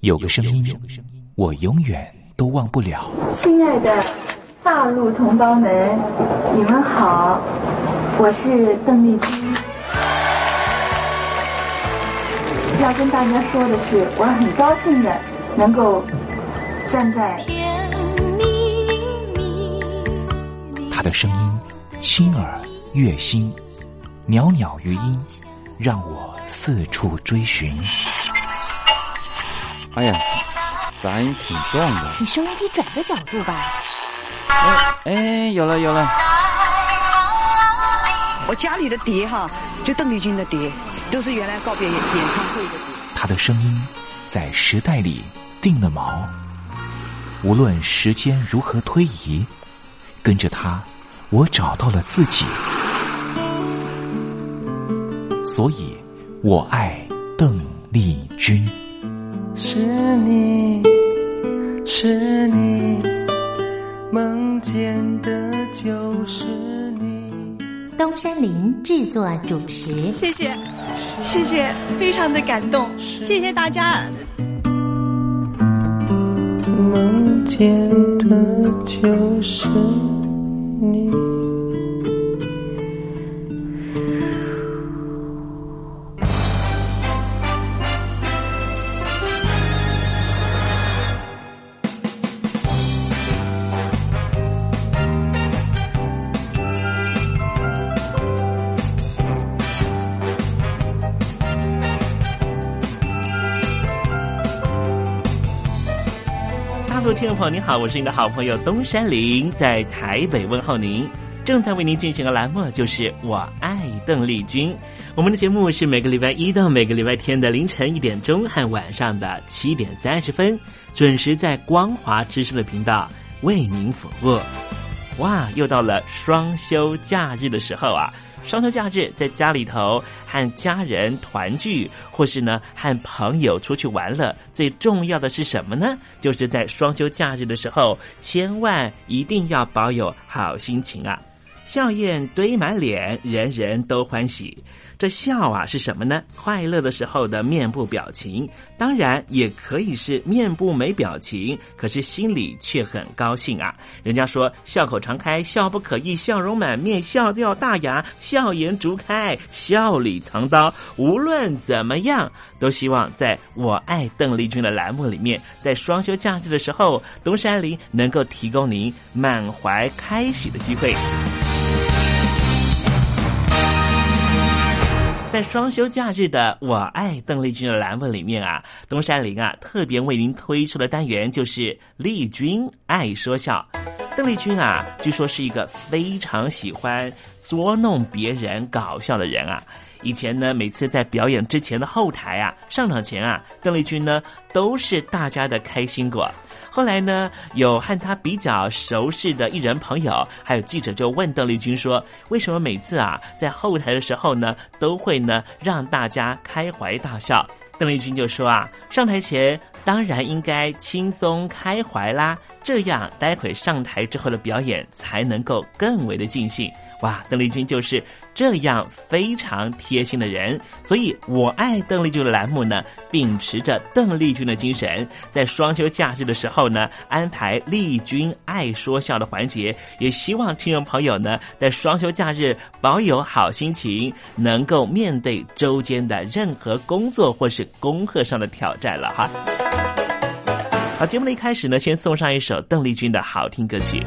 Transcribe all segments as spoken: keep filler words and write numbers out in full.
有个声音，我永远都忘不了。 亲爱的大陆同胞们，你们好，我是邓丽君。要跟大家说的是，我很高兴的能够站在他的声音轻耳悦心，袅袅余音，让我四处追寻。 哎呀，咱挺壮的。 你收音机转个角度吧。 哎哎，有了有了。 我家里的碟哈，就邓丽君的碟，都是原来告别演唱会的碟。 他的声音在时代里定了锚，无论时间如何推移，跟着他，我找到了自己。所以，我爱邓丽君。 是你，是你，梦见的就是你。 东山林制作主持， 谢谢，谢谢，非常的感动，谢谢大家。 梦见的就是你。 听众朋友您好，我是您的好朋友东山林，在台北问候您。正在为您进行的栏目就是我爱邓丽君。我们的节目是每个礼拜一到每个礼拜天的凌晨一点钟和晚上的七点三十分，准时在光华之声的频道为您服务。哇，又到了双休假日的时候啊！双休假日在家里头和家人团聚，或是呢和朋友出去玩乐，最重要的是什么呢？就是在双休假日的时候，千万一定要保有好心情啊！笑靥堆满脸，人人都欢喜。这笑啊是什么呢？快乐的时候的面部表情，当然也可以是面部没表情，可是心里却很高兴啊。人家说笑口常开，笑不可抑，笑容满面，笑掉大牙，笑颜逐开，笑里藏刀。无论怎么样，都希望在我爱邓丽君的栏目里面，在双休假日的时候，东山林能够提供您满怀开喜的机会。在双休假日的我爱邓丽君的栏目里面啊，东山林啊特别为您推出的单元就是丽君爱说笑。邓丽君啊，据说是一个非常喜欢捉弄别人搞笑的人啊。以前呢，每次在表演之前的后台啊，上场前啊，邓丽君呢都是大家的开心果。后来呢，有和他比较熟识的艺人朋友，还有记者就问邓丽君说，为什么每次啊在后台的时候呢，都会呢让大家开怀大笑？邓丽君就说啊，上台前当然应该轻松开怀啦，这样待会上台之后的表演才能够更为的尽兴。哇，邓丽君就是这样非常贴心的人，所以我爱邓丽君的栏目呢，秉持着邓丽君的精神，在双休假日的时候呢，安排丽君爱说笑的环节，也希望听众朋友呢，在双休假日保有好心情，能够面对周间的任何工作或是功课上的挑战了哈。好，节目的一开始呢，先送上一首邓丽君的好听歌曲。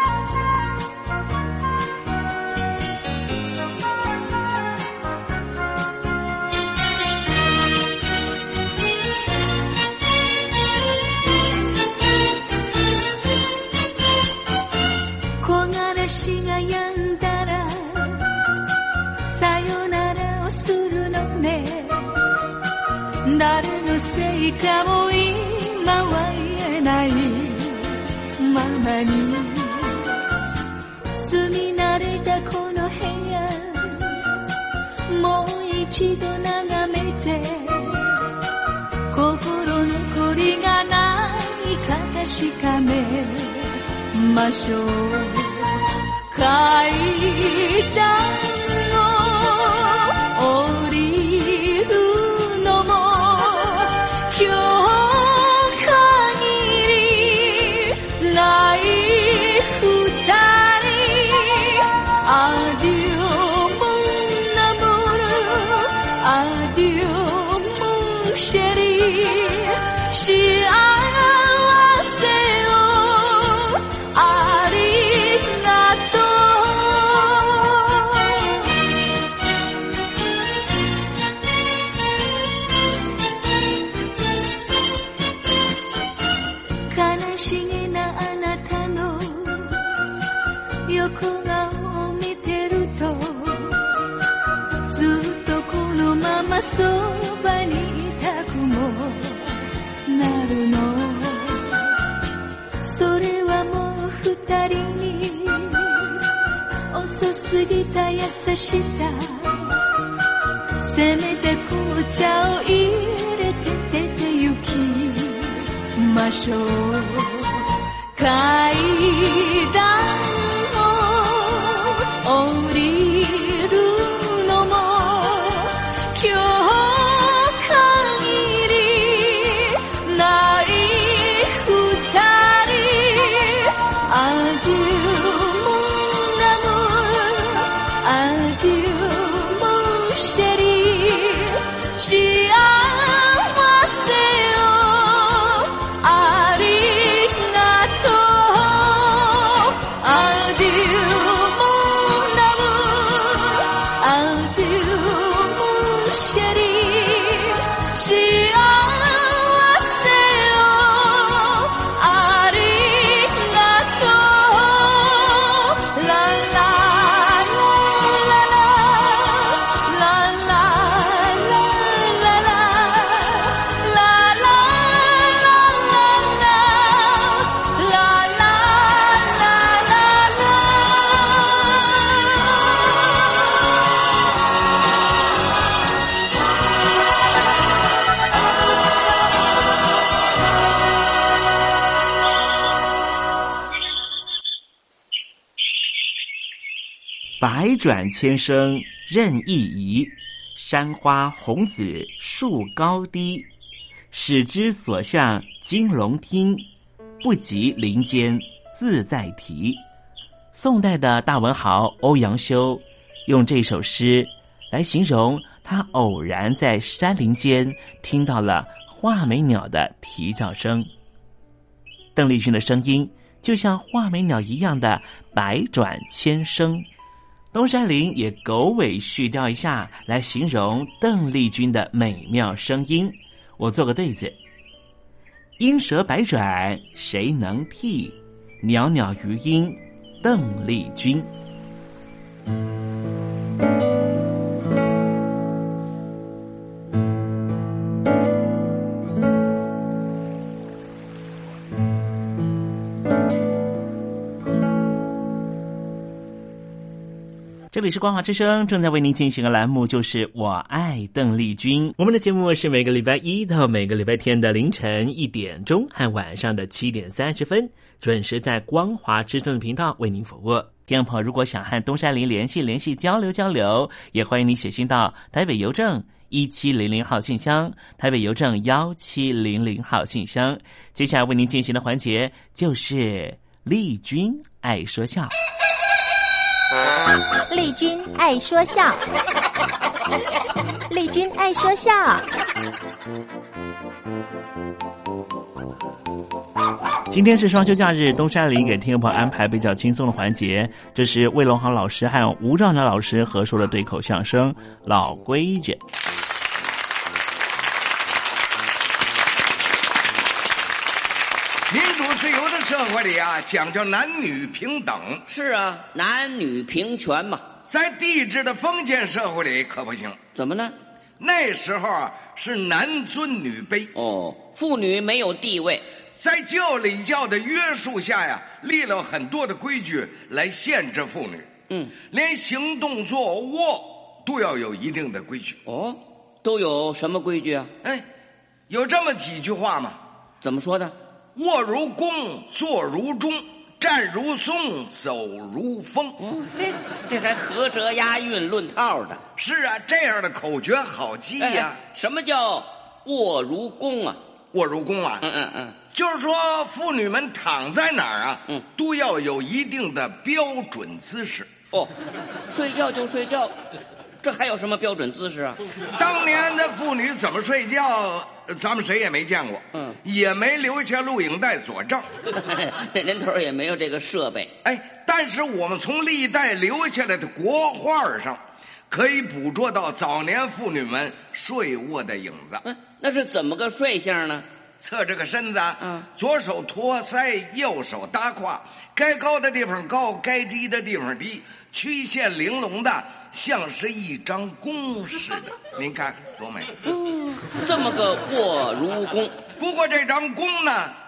日が止んだらさよならをするのね誰のせいかも今は言えないままに住み慣れたこの部屋もう一度眺めて心残りがないか確かめましょう階段を降りるのも今日優しさせめて紅茶を入れて出て行きましょう階段を降りるのも今日限りない二人アデューmon amourアデューmon chéri幸せをありがとうアデューmon amourアデューmon chéri幸せをありがとうラララララララララ百转千声任意移，山花红紫树高低，始知所向金龙听，不及林间自在题。宋代的大文豪欧阳修用这首诗来形容他偶然在山林间听到了画眉鸟的啼叫声。邓丽君的声音就像画眉鸟一样的百转千声，东山林也狗尾续貂一下来形容邓丽君的美妙声音。我做个对子：莺蛇百转谁能替，袅袅余音邓丽君。这里是光华之声，正在为您进行的栏目就是我爱邓丽君。我们的节目是每个礼拜一到每个礼拜天的凌晨一点钟和晚上的七点三十分，准时在光华之声的频道为您服务。听众朋友如果想和东山林联系联系交流交流，也欢迎你写信到台北邮政一七零零号信箱，台北邮政一七零零号信箱。接下来为您进行的环节就是丽君爱说笑。 丽君爱说笑，丽君爱说笑。 今天是双休假日，东山林给听众朋友安排比较轻松的环节，这是魏龙豪老师和吴兆南老师合说的对口相声《老规矩》。 民主自由的社会里啊，讲究男女平等。 是啊，男女平权嘛。 在帝制的封建社会里可不行。 怎么呢？ 那时候啊，是男尊女卑。 哦，妇女没有地位。 在教礼教的约束下呀，立了很多的规矩来限制妇女。 嗯， 连行动坐卧都要有一定的规矩。 哦，都有什么规矩啊？ 哎，有这么几句话吗？ 怎么说的？ 卧如弓，坐如钟，站如松，走如风。 哦，这这还合辙押韵论套的。 是啊，这样的口诀好记呀、啊哎。什么叫卧如弓啊？ 卧如弓啊？ 嗯嗯嗯， 就是说妇女们躺在哪儿啊， 嗯， 都要有一定的标准姿势。 哦，睡觉就睡觉。这还有什么标准姿势啊？ 当年的妇女怎么睡觉，咱们谁也没见过， 嗯， 也没留下录影带佐证。 这年头也没有这个设备。 哎，但是我们从历代留下来的国画上，可以捕捉到早年妇女们睡卧的影子。 嗯，那是怎么个睡相呢？ 侧着个身子， 嗯， 左手托腮，右手搭胯，该高的地方高，该低的地方低，曲线玲珑的，像是一张弓似的。您看多美！ 嗯，这么个卧如弓。 不过这张弓呢，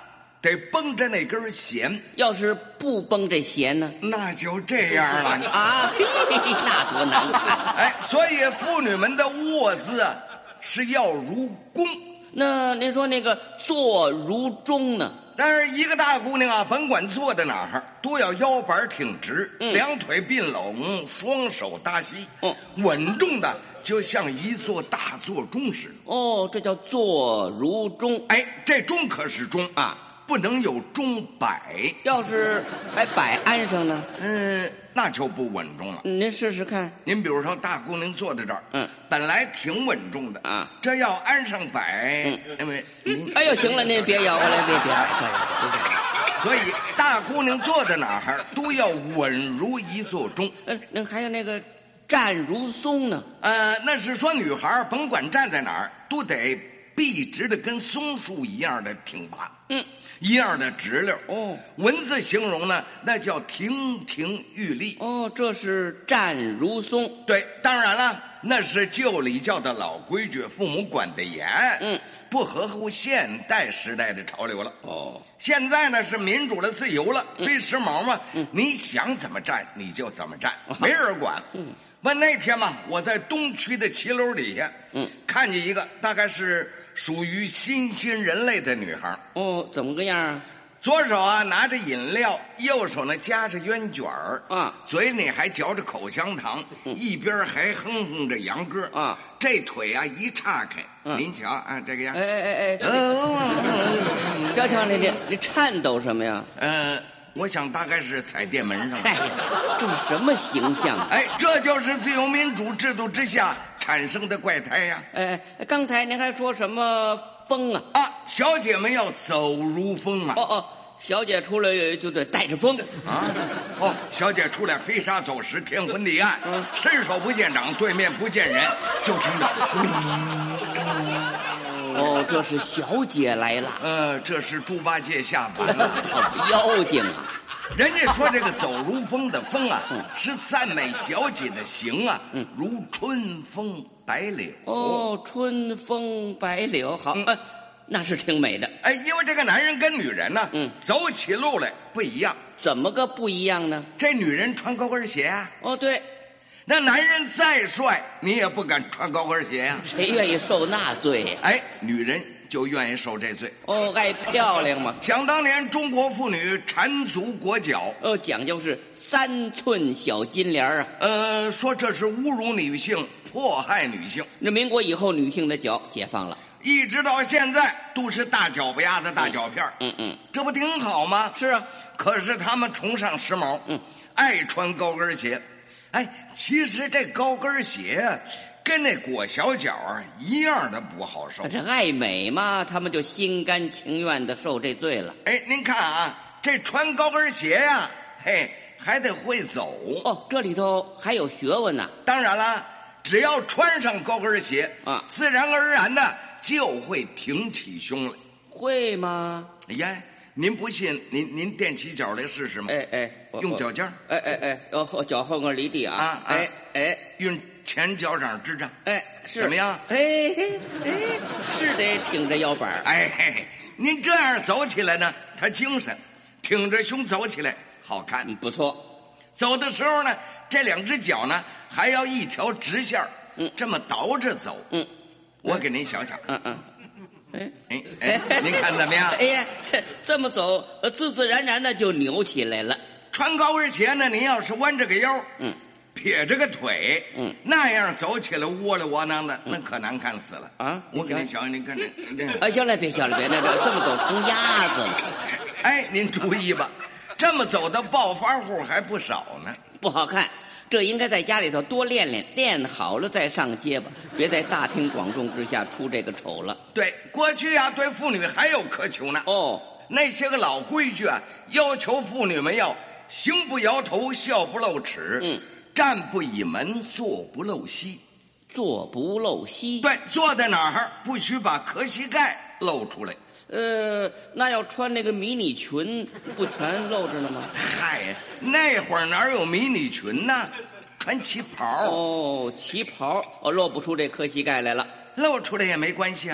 得绷着那根弦。 要是不绷这弦呢？ 那就这样了啊！嘿嘿嘿，那多难看！ 哎，所以妇女们的卧姿啊是要如弓。 那您说那个坐如钟呢？ 但是一个大姑娘啊，甭管坐在哪儿，都要腰板挺直，嗯、两腿并拢，双手搭膝，嗯，稳重的就像一座大座钟似的。 哦，这叫坐如钟。 哎，这钟可是钟啊，不能有钟摆。 要是还摆安上呢？ 嗯，那就不稳重了。 您试试看。 您比如说，大姑娘坐在这儿，嗯，本来挺稳重的啊， 这要安上摆，嗯，因为， 哎呦，行了，您别摇过来，别别，算了，别想了。 所以大姑娘坐在哪儿都要稳如一座钟。 嗯，那还有那个站如松呢？ 呃，那是说女孩甭管站在哪儿，都得笔直的跟松树一样的挺拔，嗯，一样的直溜。哦，文字形容呢，那叫亭亭玉立。 哦，这是站如松。 对，当然了，那是旧礼教的老规矩，父母管得严，嗯，不合乎现代时代的潮流了。哦，现在呢是民主的自由了，追时髦嘛，嗯，你想怎么站你就怎么站，没人管。嗯。问那天嘛，我在东区的骑楼底下，嗯，看见一个大概是属于新兴人类的女孩。 哦，怎么个样啊？ 左手啊拿着饮料，右手呢夹着烟卷儿，啊，嘴里还嚼着口香糖，嗯、一边还哼哼着洋歌啊。这腿啊一岔开，嗯、您瞧啊，这个样。 哎哎哎哎，嗯，张长，你你你颤抖什么呀？ 呃。我想大概是踩电门上了。 哎呀，这是什么形象？ 哎，这就是自由民主制度之下产生的怪胎呀！ 哎，刚才您还说什么风啊？ 啊，小姐们要走如风啊！ 哦哦，小姐出来就得带着风啊！哦，小姐出来飞沙走石，天昏地暗，嗯，伸手不见掌，对面不见人，就听着。嗯哦，这是小姐来了。 呃，这是猪八戒下凡了， 好妖精啊！ 人家说这个走如风的风啊，嗯、是赞美小姐的形啊，嗯，如春风白柳。 哦，春风白柳，好，嗯、那是挺美的。 哎，因为这个男人跟女人呢，嗯，走起路来不一样。 怎么个不一样呢？ 这女人穿高跟鞋啊。 哦，对。 那男人再帅，你也不敢穿高跟鞋呀、啊。 谁愿意受那罪呀？ 哎，女人就愿意受这罪。 哦，爱漂亮嘛。 想当年，中国妇女缠足裹脚， 哦，讲究是三寸小金莲啊。 呃，说这是侮辱女性，迫害女性。 那民国以后，女性的脚解放了， 一直到现在都是大脚巴丫子、大脚片。嗯嗯，这不挺好吗？ 是啊。 可是他们崇尚时髦，嗯，爱穿高跟鞋。哎，其实这高跟鞋跟那裹小脚啊一样的不好受。 这爱美嘛，他们就心甘情愿的受这罪了。 哎，您看啊，这穿高跟鞋呀、啊，嘿，还得会走。 哦，这里头还有学问呢。 当然了，只要穿上高跟鞋啊，自然而然的就会挺起胸来。 会吗？ 哎呀。您不信，您您踮起脚来试试吗？ 哎哎， 用脚尖儿， 哎哎哎，要后脚后跟离地啊！啊哎哎， 用前脚掌支着， 哎，是怎么样？ 哎哎，是得挺着腰板。 哎嘿，您这样走起来呢，他精神，挺着胸走起来好看， 不错。 走的时候呢，这两只脚呢还要一条直线，嗯，这么倒着走，嗯，我给您想想，嗯嗯。哎哎哎，您看怎么样？ 哎呀，这这么走，自自然然的就扭起来了。 穿高跟鞋呢，您要是弯着个腰，嗯，撇着个腿，嗯，那样走起来窝里窝囊的，那可难看死了啊！我给您想想，您看这， 哎，行了，别想了，别那个这么走成鸭子了。 哎，您注意吧，这么走的暴发户还不少呢， 不好看。这应该在家里头多练练，练好了再上街吧，别在大庭广众之下出这个丑了。 对，过去啊，对妇女还有苛求呢。哦，那些个老规矩啊，要求妇女们要行不摇头，笑不露齿，嗯，站不倚门，坐不露膝。 坐不露膝？ 对，坐在哪儿不许把壳膝盖露出来。 呃，那要穿那个迷你裙，不全露着呢吗？ 嗨，那会儿哪有迷你裙呢？穿旗袍。 哦，旗袍哦，露不出这磕膝盖来了。 露出来也没关系啊。 怎么了？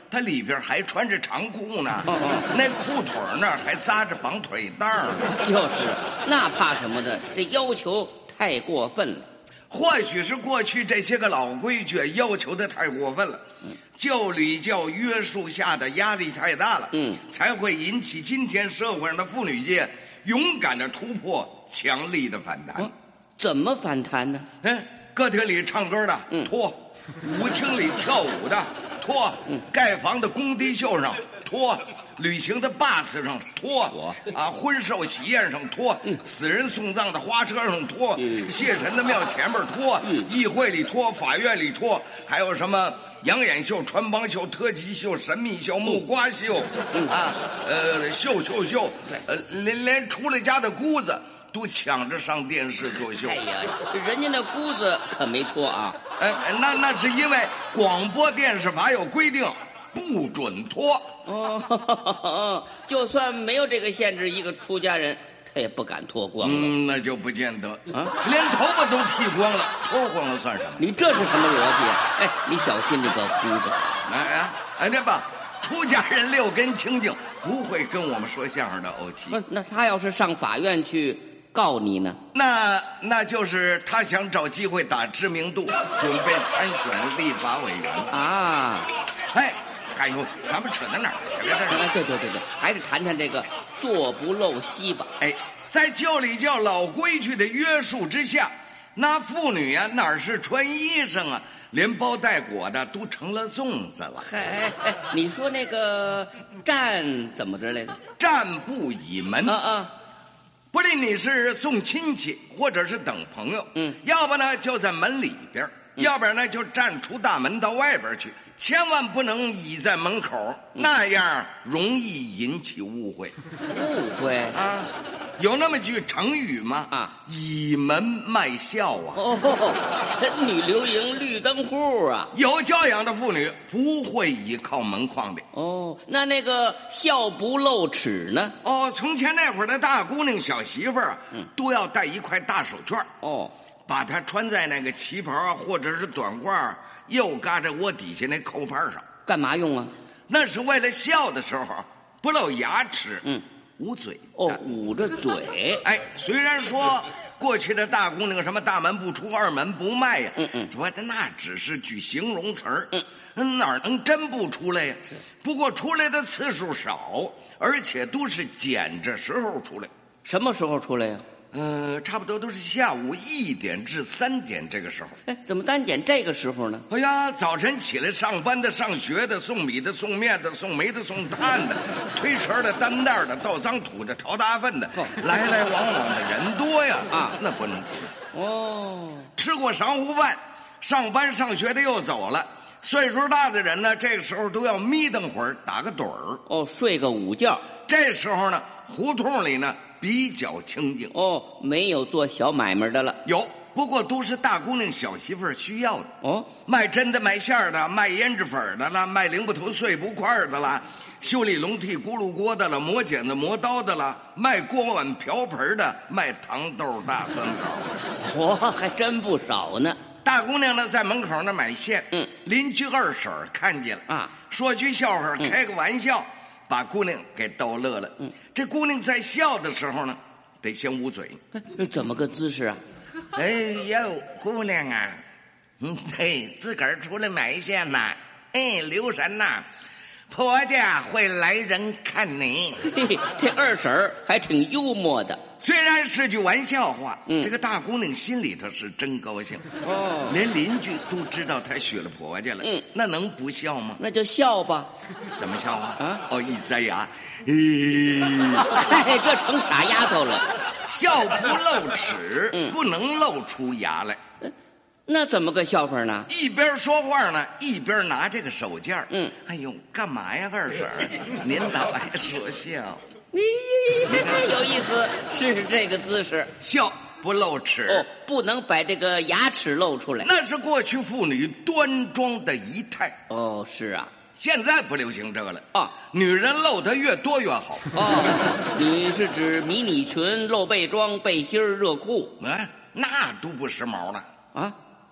他里边还穿着长裤呢，哦哦那裤腿那儿还扎着绑腿带儿。 就是，那怕什么的？这要求太过分了。 或许是过去这些个老规矩要求的太过分了，嗯，教礼教约束下的压力太大了， 嗯， 才会引起今天社会上的妇女界勇敢的突破，强力的反弹。 哦、怎么反弹呢？ 嗯，歌厅里唱歌的脱，舞厅里跳舞的脱，盖房的工地秀上脱，旅行的 bus 上脱，啊，婚寿喜宴上脱，死人送葬的花车上脱，谢神的庙前面脱，议会里脱，法院里脱，还有什么养眼秀、穿帮秀、特技秀、神秘秀、木瓜秀，啊，呃，秀秀秀，呃，连连出了家的姑子都抢着上电视作秀。 哎呀，人家那姑子可没脱啊！ 哎，那那是因为广播电视法有规定，不准脱。 哦，就算没有这个限制，一个出家人他也不敢脱光了。 嗯，那就不见得啊，连头发都剃光了，脱光了算什么？ 你这是什么逻辑啊？哎，你小心那个姑子。 哎哎，哎，这吧。出家人六根清净，不会跟我们说相声的怄气。 不，那他要是上法院去告你呢？ 那那就是他想找机会打知名度，准备参选立法委员啊！ 哎，哎呦，咱们扯到哪儿去了？这是？ 对对对对，还是谈谈这个坐不露膝吧。 哎，在教里教老规矩的约束之下，那妇女啊，哪是穿衣裳啊？连包带裹的都成了粽子了。 哎哎哎，你说那个站怎么着来着？ 站不倚门啊啊！ 不论你是送亲戚，或者是等朋友， 嗯， 要不呢就在门里边，嗯、要不然呢就站出大门到外边去，千万不能倚在门口，嗯、那样容易引起误会。 误会啊！有那么句成语吗？ 啊， 倚门卖笑啊！ 哦，神女流萤绿灯户啊！ 有教养的妇女不会倚靠门框的。 哦，那那个笑不露齿呢？ 哦，从前那会儿的大姑娘、小媳妇儿啊，嗯，都要带一块大手绢哦， 把它穿在那个旗袍啊，或者是短褂右嘎着窝底下那扣盘上。 干嘛用啊？ 那是为了笑的时候不露牙齿。 嗯。 捂嘴哦，捂着嘴。 哎，虽然说过去的大姑娘什么大门不出二门不迈呀， 嗯嗯， 说的那只是句形容词儿，嗯，哪能真不出来呀？不过出来的次数少，而且都是捡着时候出来。 什么时候出来呀？ 嗯、呃，差不多都是下午一点至三点这个时候。 哎，怎么单点这个时候呢？ 哎呀，早晨起来上班的、上学的、送米的、送面的、送煤的、送炭的、推车的、担袋的、倒脏土的、淘大粪的，哦、来来往往的人多呀！啊，那不能出来。 哦， 吃过晌午饭，上班上学的又走了。岁数大的人呢，这个时候都要眯瞪会儿，打个盹儿。 哦，睡个午觉。 这时候呢，胡同里呢比较清静。 哦，没有做小买卖的了。 有，不过都是大姑娘小媳妇儿需要的。 哦， 卖针的、卖馅儿的、卖胭脂粉的啦，卖零布头碎布块的啦，修理笼屉、咕噜锅的了，磨剪子、磨刀的了，卖锅碗瓢盆的，卖糖豆、大酸枣。 嚯，还真不少呢。 大姑娘呢，在门口那买线， 嗯， 邻居二婶看见了啊， 说句笑话，开个玩笑，嗯、把姑娘给逗乐了。 嗯， 这姑娘在笑的时候呢，得先捂嘴。 怎么个姿势啊？ 哎呦，姑娘啊，嗯，嘿，自个儿出来买线呐，哎，留神呐，婆家会来人看你。 嘿嘿，这二婶儿还挺幽默的。 虽然是句玩笑话， 嗯， 这个大姑娘心里头是真高兴。 哦， 连邻居都知道她娶了婆家了。 嗯， 那能不笑吗？ 那就笑吧。 怎么笑啊？ 啊， 哦，一塞牙，咦， 哎，这成傻丫头了。 笑不露齿， 嗯， 不能露出牙来。 那怎么个笑法呢？ 一边说话呢，一边拿这个手绢。 嗯， 哎呦，干嘛呀，二婶儿？您倒爱说笑。 有意思，试试这个姿势， 笑不露齿。 哦，不能把这个牙齿露出来， 那是过去妇女端庄的仪态。 哦，是啊， 现在不流行这个了啊， 女人露得越多越好。 哦，你是指迷你裙、露背装、背心、热裤？ 哎，那都不时髦了啊。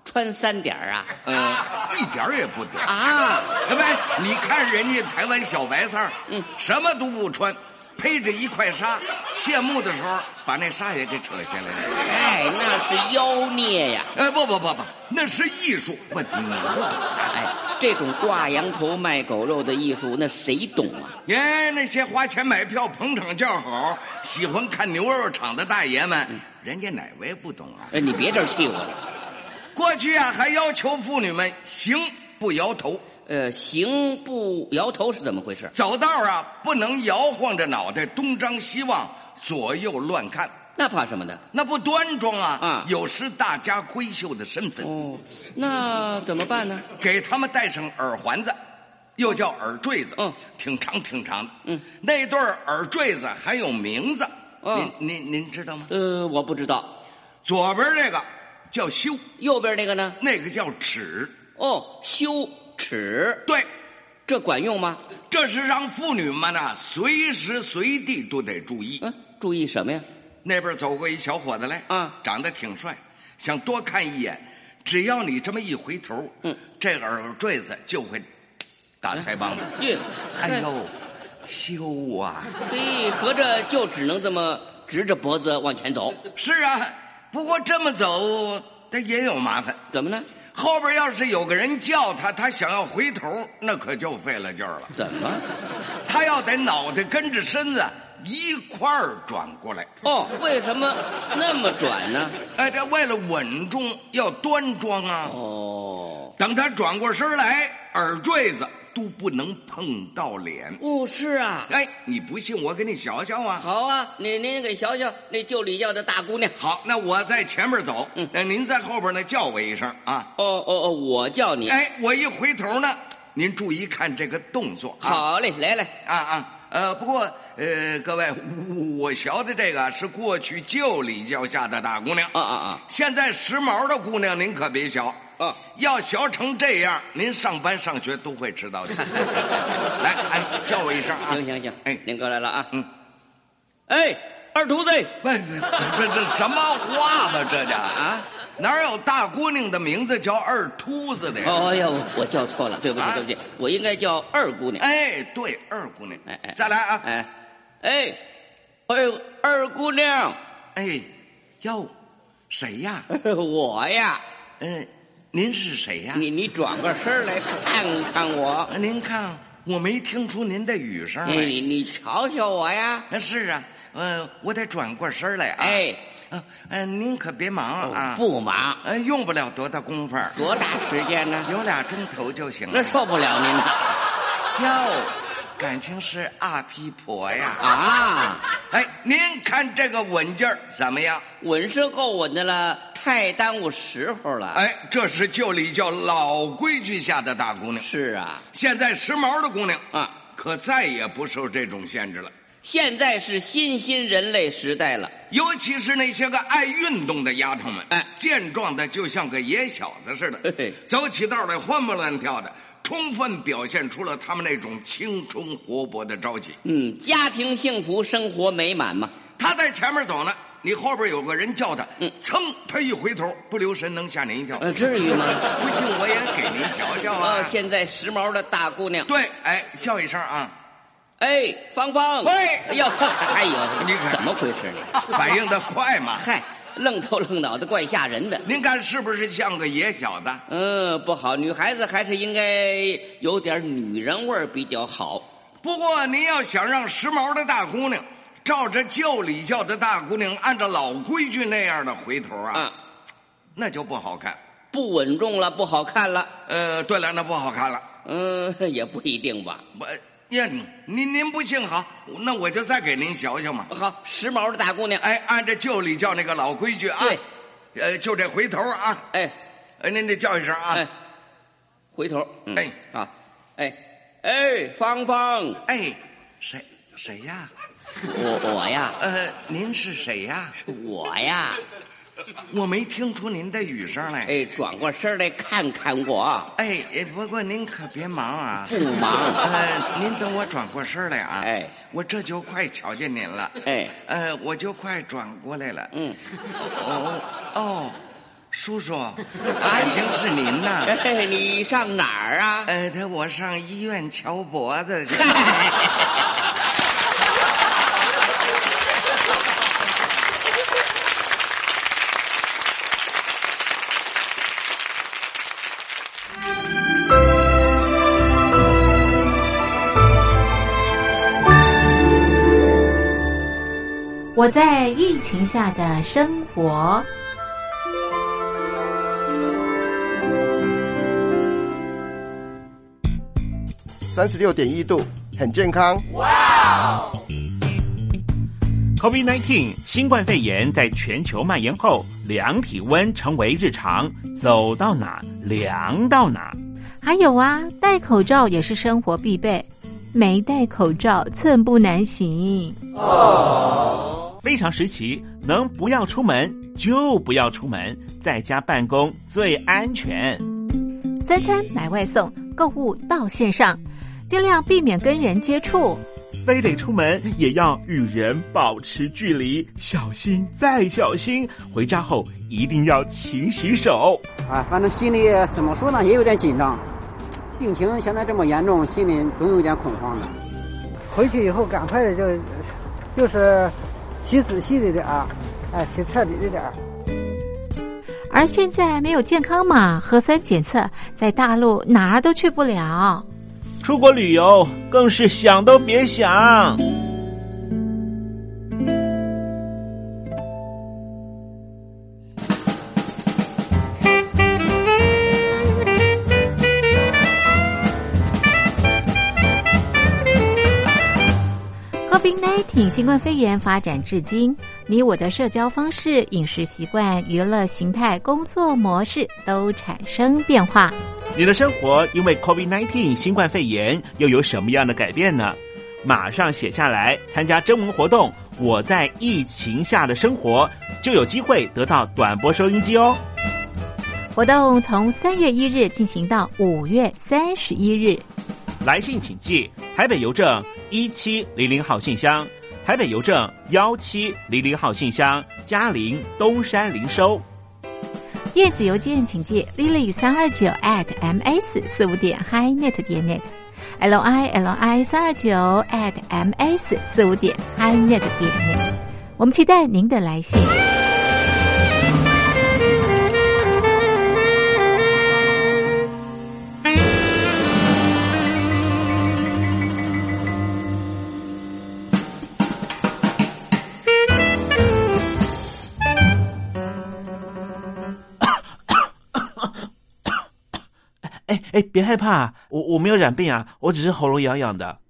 穿三点啊？ 嗯，一点也不短啊！ 不，你看人家台湾小白菜，嗯，什么都不穿，披着一块纱，谢幕的时候把那纱也给扯下来了。 哎，那是妖孽呀！ 哎，不不不不，那是艺术。我你不懂。 哎，这种挂羊头卖狗肉的艺术，那谁懂啊？ 耶，那些花钱买票捧场叫好，喜欢看牛肉场的大爷们，嗯、人家哪位不懂啊？ 哎，你别这儿气我了。 过去啊，还要求妇女们行不摇头。 呃，行不摇头是怎么回事？ 走道啊，不能摇晃着脑袋东张西望，左右乱看。 那怕什么的？ 那不端庄啊！ 啊， 有失大家闺秀的身份。 哦，那怎么办呢？ 给他们戴上耳环子，又叫耳坠子。 嗯， 挺长挺长的。 嗯， 那对耳坠子还有名字。 嗯， 您您您知道吗？ 呃，我不知道。 左边那个叫修， 右边那个呢？ 那个叫齿。 哦，修齿。 对， 这管用吗？ 这是让妇女们呢、啊、随时随地都得注意。 嗯，注意什么呀？ 那边走过一小伙子来， 啊， 长得挺帅，想多看一眼。只要你这么一回头， 嗯， 这耳坠子就会打腮帮子。 耶、 哎，哎呦，修啊！ 嘿，合着就只能这么直着脖子往前走。 是啊，不过这么走，他也有麻烦。 怎么呢？ 后边要是有个人叫他，他想要回头，那可就费了劲儿了。 怎么？ 他要得脑袋跟着身子一块儿转过来。 哦，为什么那么转呢？ 哎，这为了稳重，要端庄啊。 哦， 等他转过身来，耳坠子都不能碰到脸。 哦，是啊。 哎，你不信我给你学学啊。 好啊，您您给学学那救礼教的大姑娘。 好，那我在前面走， 嗯， 呃，您在后边呢叫我一声啊。 哦哦哦，我叫你。 哎，我一回头呢，您注意看这个动作。啊、 好嘞，来来啊啊。呃，不过，呃，各位，我学的这个是过去旧礼教下的大姑娘啊啊啊！ 现在时髦的姑娘，您可别学啊！ 要学成这样，您上班上学都会迟到的。来，哎，叫我一声啊！ 行行行， 哎， 您过来了啊！ 嗯， 哎，二徒子， 不是这这什么话吧？这叫啊？ 哪有大姑娘的名字叫二秃子的呀？ 哦呀，我叫错了，对不起， 啊、 对不起，我应该叫二姑娘。 哎，对，二姑娘。 哎哎， 再来啊！ 哎，哎，二二姑娘， 哎，哟，谁呀？ 我呀。 嗯，您是谁呀？ 你你转过身来看看我。 您看，我没听出您的语声来。 你你瞧瞧我呀。 是啊，嗯、呃，我得转过身来啊。 哎。 嗯、呃，您可别忙啊！ 哦、不忙， 呃，用不了多大功夫， 多大时间呢？ 有俩钟头就行了。 那受不了您了。 哟，感情是阿皮婆呀！ 啊， 哎，您看这个稳劲儿怎么样？ 稳是够稳的了，太耽误时候了。 哎，这是旧礼教老规矩下的大姑娘。 是啊， 现在时髦的姑娘啊， 可再也不受这种限制了。 现在是新兴人类时代了， 尤其是那些个爱运动的丫头们， 哎， 健壮的就像个野小子似的， 嘿嘿， 走起道来欢蹦乱跳的，充分表现出了他们那种青春活泼的朝气。 嗯，家庭幸福，生活美满嘛。 他在前面走呢，你后边有个人叫他， 嗯， 噌，他一回头，不留神能吓您一跳。 呃，至于吗？ 不信我也给您瞧瞧啊。 哦，现在时髦的大姑娘， 对，哎，叫一声啊。 哎，芳芳！ 喂， 哎呦，哎呦， 你看怎么回事呢？ 反应的快嘛！ 嗨，愣头愣脑的，怪吓人的。 您看是不是像个野小子？ 嗯，不好，女孩子还是应该有点女人味儿比较好。 不过您要想让时髦的大姑娘照着旧礼教的大姑娘按照老规矩那样的回头啊， 啊， 那就不好看， 不稳重了，不好看了。 呃，对了，那不好看了。 嗯，也不一定吧。 我。呀，您您不信好，那我就再给您学学嘛。 好，时髦的大姑娘， 哎，按照旧礼教那个老规矩啊， 对， 呃，就这回头啊， 哎， 哎，您得叫一声啊， 哎，回头， 嗯、哎， 啊，哎，哎，芳芳， 哎，谁谁呀？ 我我呀， 呃，您是谁呀？ 我呀。 我没听出您的语声来。 哎，转过身来看看我。 哎，不过您可别忙啊。 不忙。 呃，您等我转过身来啊。 哎， 我这就快瞧见您了。 哎， 呃，我就快转过来了。 嗯。 哦哦， 叔叔，感情是您呐。 哎，你上哪儿啊？ 呃，他我上医院瞧脖子去。 我在疫情下的生活。 三十六点一度，很健康。 哇 ！COVID 十九 新冠肺炎在全球蔓延后，量体温成为日常，走到哪量到哪。 还有啊，戴口罩也是生活必备，没戴口罩寸步难行。 哦。非常时期，能不要出门就不要出门，在家办公最安全。 三餐买外送，购物到线上，尽量避免跟人接触。 非得出门也要与人保持距离，小心再小心。回家后一定要勤洗手。 啊，反正心里怎么说呢，也有点紧张。病情现在这么严重，心里总有点恐慌的。 回去以后赶快就就是洗仔细的点儿，哎，洗彻底的点儿。 而现在没有健康码、核酸检测，在大陆哪儿都去不了。 出国旅游更是想都别想。 COVID 十九 新冠肺炎发展至今，你我的社交方式、饮食习惯、娱乐形态、工作模式都产生变化。 你的生活因为 COVID 十九 新冠肺炎又有什么样的改变呢？马上写下来，参加征文活动，我在疫情下的生活，就有机会得到短波收音机哦。 活动从三月一日进行到五月三十一日。 来信请寄台北邮政一七零零号信箱，台北邮政幺七零零号信箱，嘉陵东山零收。 电子邮件请寄 lily 三二九 at ms 四五点 highnet 点 net l i l i 三二九 at ms 四五点 highnet 点 net。我们期待您的来信。 哎哎，别害怕，我我没有染病啊，我只是喉咙痒痒的。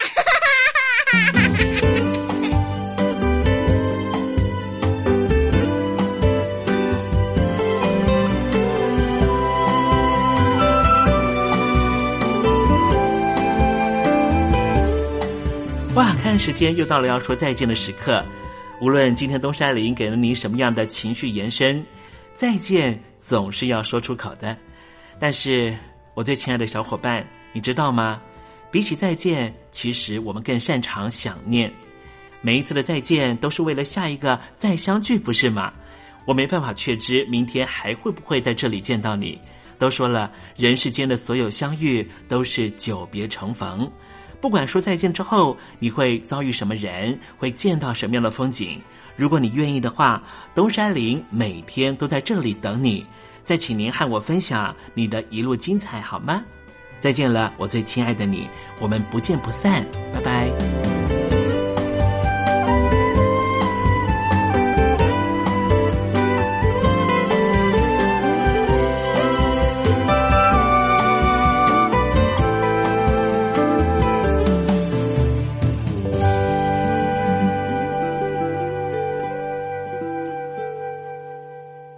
哇，看时间又到了要说再见的时刻。无论今天东山林给了你什么样的情绪延伸，再见总是要说出口的。但是我最亲爱的小伙伴，你知道吗？比起再见，其实我们更擅长想念。每一次的再见都是为了下一个再相聚，不是吗？我没办法确知明天还会不会在这里见到你。都说了，人世间的所有相遇都是久别重逢。不管说再见之后你会遭遇什么人，会见到什么样的风景，如果你愿意的话，东山林每天都在这里等你。再请您和我分享你的一路精彩好吗？再见了，我最亲爱的你，我们不见不散，拜拜。